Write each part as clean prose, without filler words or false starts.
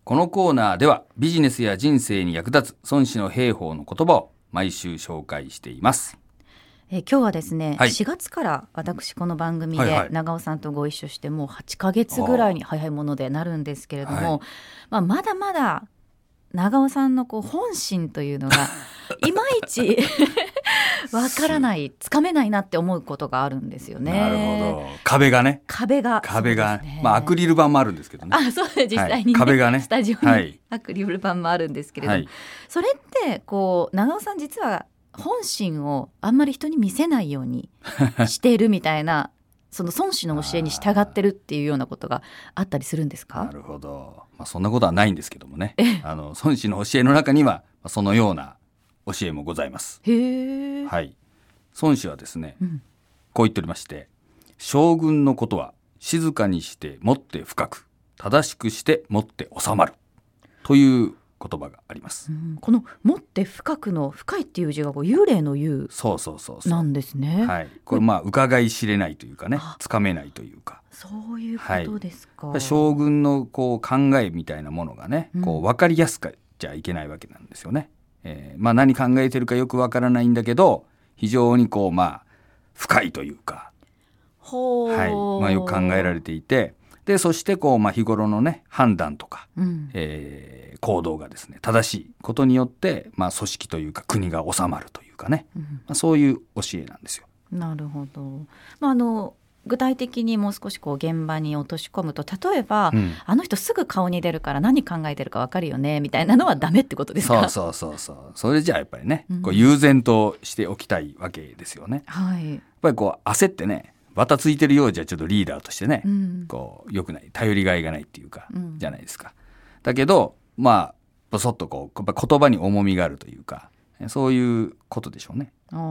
このコーナーではビジネスや人生に役立つ孫子の兵法の言葉を毎週紹介しています。 今日はですね、 はい、 4月から私この番組はいはいで長尾さんとご一緒してもう8ヶ月ぐらいに早いものでなるんですけれども、まだまだ長尾さんの本心というのがいまいちわからないつかめないなって思うことがあるんですよね。 なるほど。壁が、ね、アクリル板もあるんですけどね。 そうです実際に、 壁がね、 スタジオにアクリル板もあるんですけれども、それって長尾さん実は本心をあんまり人に見せないようにしているみたいなその孫子の教えに従ってるっていうようなことがあったりするんですか？ なるほど、そんなことはないんですけどもね孫子の教えの中にはそのような教えもございます。 へー、 はい、孫子はですね、こう言っておりまして、将軍のことは静かにしてもって深く、正しくしてもって収まるという言葉があります。 このもって深くの深いっていう字が幽霊の幽なんですね。 はい、これ伺い知れないというかね、つかめないというか、 そういうことですか。 将軍の考えみたいなものがね、分かりやすくじゃいけないわけなんですよね。何考えてるかよく分からないんだけど非常に深いというか、よく考えられていて、でそして日頃のね判断とか、行動がですね正しいことによって、組織というか国が治まるというかね、そういう教えなんですよ。 なるほど。具体的にもう少し現場に落とし込むと、例えば、あの人すぐ顔に出るから何考えてるか分かるよねみたいなのはダメってことですか？ そうそれじゃあやっぱりね、悠然としておきたいわけですよね。やっぱり焦ってねバタついてるようじゃちょっとリーダーとしてね、良くない、頼りがいがないっていうか、じゃないですか。だけどぼそっと言葉に重みがあるというか、そういうことでしょうね。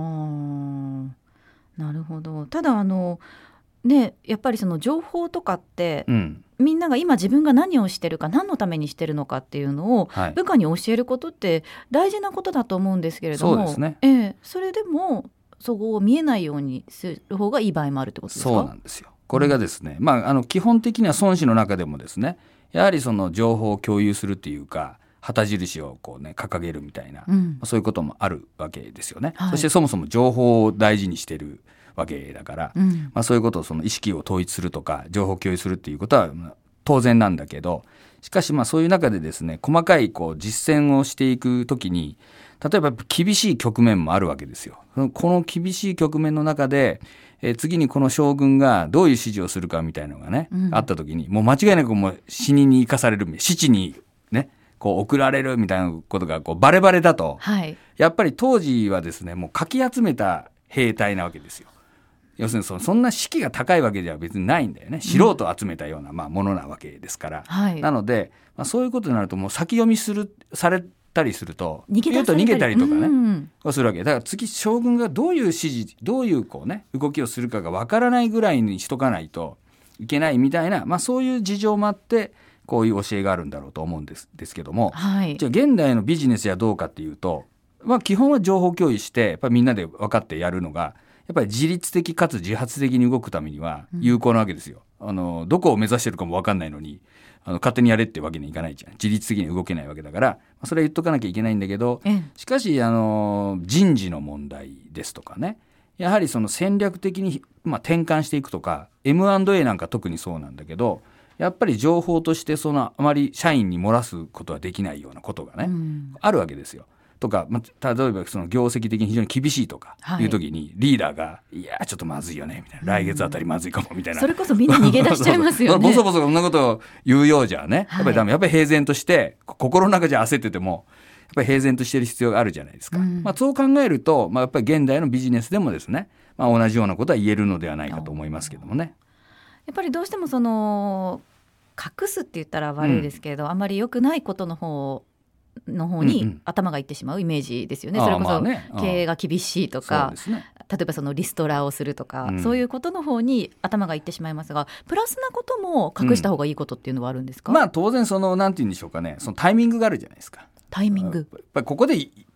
なるほど。ただやっぱりその情報とかって、みんなが今自分が何をしてるか何のためにしてるのかっていうのを、部下に教えることって大事なことだと思うんですけれども、 そうですね、 それでもそこを見えないようにする方がいい場合もあるってことですか？ そうなんですよ。これがですね、基本的には孫子の中でもですね、やはりその情報を共有するっていうか、旗印を掲げるみたいな、そういうこともあるわけですよね。そしてそもそも情報を大事にしてるわけだから、そういうことをその意識を統一するとか情報を共有するっていうことは当然なんだけど、しかしそういう中でですね、細かい実践をしていくときに、例えば厳しい局面もあるわけですよ。この厳しい局面の中で、次にこの将軍がどういう指示をするかみたいなのがね、あったときにもう間違いなく死にに生かされる、死地にね送られるみたいなことがバレバレだと、やっぱり当時はですねもうかき集めた兵隊なわけですよ。要するにそんな士気が高いわけでは別にないんだよね。素人を集めたようなものなわけですから、なので、そういうことになるともう先読みされたりすると逃げたりとかね、するわけだから、次将軍がどういう指示どういう動きをするかがわからないぐらいにしとかないといけないみたいな、そういう事情もあってこういう教えがあるんだろうと思うんですけども、じゃあ現代のビジネスやどうかっていうと、基本は情報共有してやっぱりみんなで分かってやるのがやっぱり自律的かつ自発的に動くためには有効なわけですよ。どこを目指してるかも分かんないのに勝手にやれってわけにいかないじゃん。自律的に動けないわけだから、それは言っとかなきゃいけないんだけど、しかし人事の問題ですとかね、やはりその戦略的に、転換していくとか M&A なんか特にそうなんだけど、やっぱり情報としてあまり社員に漏らすことはできないようなことがね、あるわけですよ。とか、例えばその業績的に非常に厳しいとかいう時に、リーダーがいやちょっとまずいよねみたいな、来月あたりまずいかもみたいな、 それこそみんな逃げ出しちゃいますよね。 ボソボソこんなことを言うようじゃね、やっぱりダメ。やっぱり平然として心の中じゃ焦っててもやっぱり平然としてる必要があるじゃないですか。そう考えると、やっぱり現代のビジネスでもですね、同じようなことは言えるのではないかと思いますけどもね。 やっぱりどうしても隠すって言ったら悪いですけれど、あんまり良くないことの方に頭がいってしまうイメージですよね。それこそ経営が厳しいとか、例えばそのリストラをするとか、そういうことの方に頭がいってしまいますが、プラスなことも隠した方がいいことっていうのはあるんですか？ 当然なんて言うんでしょうかね、そのタイミングがあるじゃないですか。 タイミング、 やっぱりここで一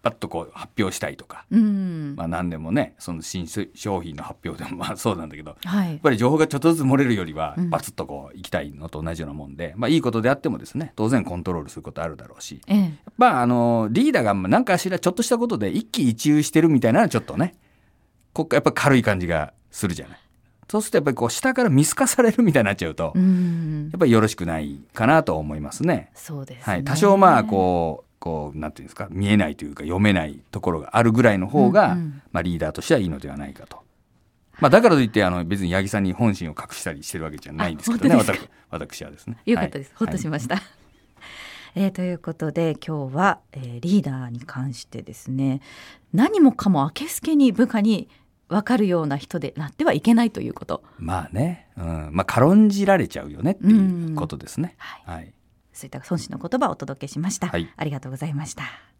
パッとこう発表したいとか、何でもねその新商品の発表でもそうなんだけど、やっぱり情報がちょっとずつ漏れるよりはバツッとこういきたいのと同じようなもんで、いいことであってもですね当然コントロールすることあるだろうし、リーダーが何かしらちょっとしたことで一喜一憂してるみたいなのはちょっとねやっぱ軽い感じがするじゃない。そうするとやっぱりこう下から見透かされるみたいになっちゃうと、やっぱりよろしくないかなと思いますね。 そうですね。 多少こうなんていうんですか見えないというか読めないところがあるぐらいの方が、リーダーとしてはいいのではないかと。だからといって別に八木さんに本心を隠したりしてるわけじゃないんですけどね。私はですね。 よかったです。ほっとしました。ということで今日は、リーダーに関してですね何もかもあけすけに部下に分かるような人でなってはいけないということ。 軽んじられちゃうよねっていうことですね。 そういった孫子の言葉をお届けしました。ありがとうございました。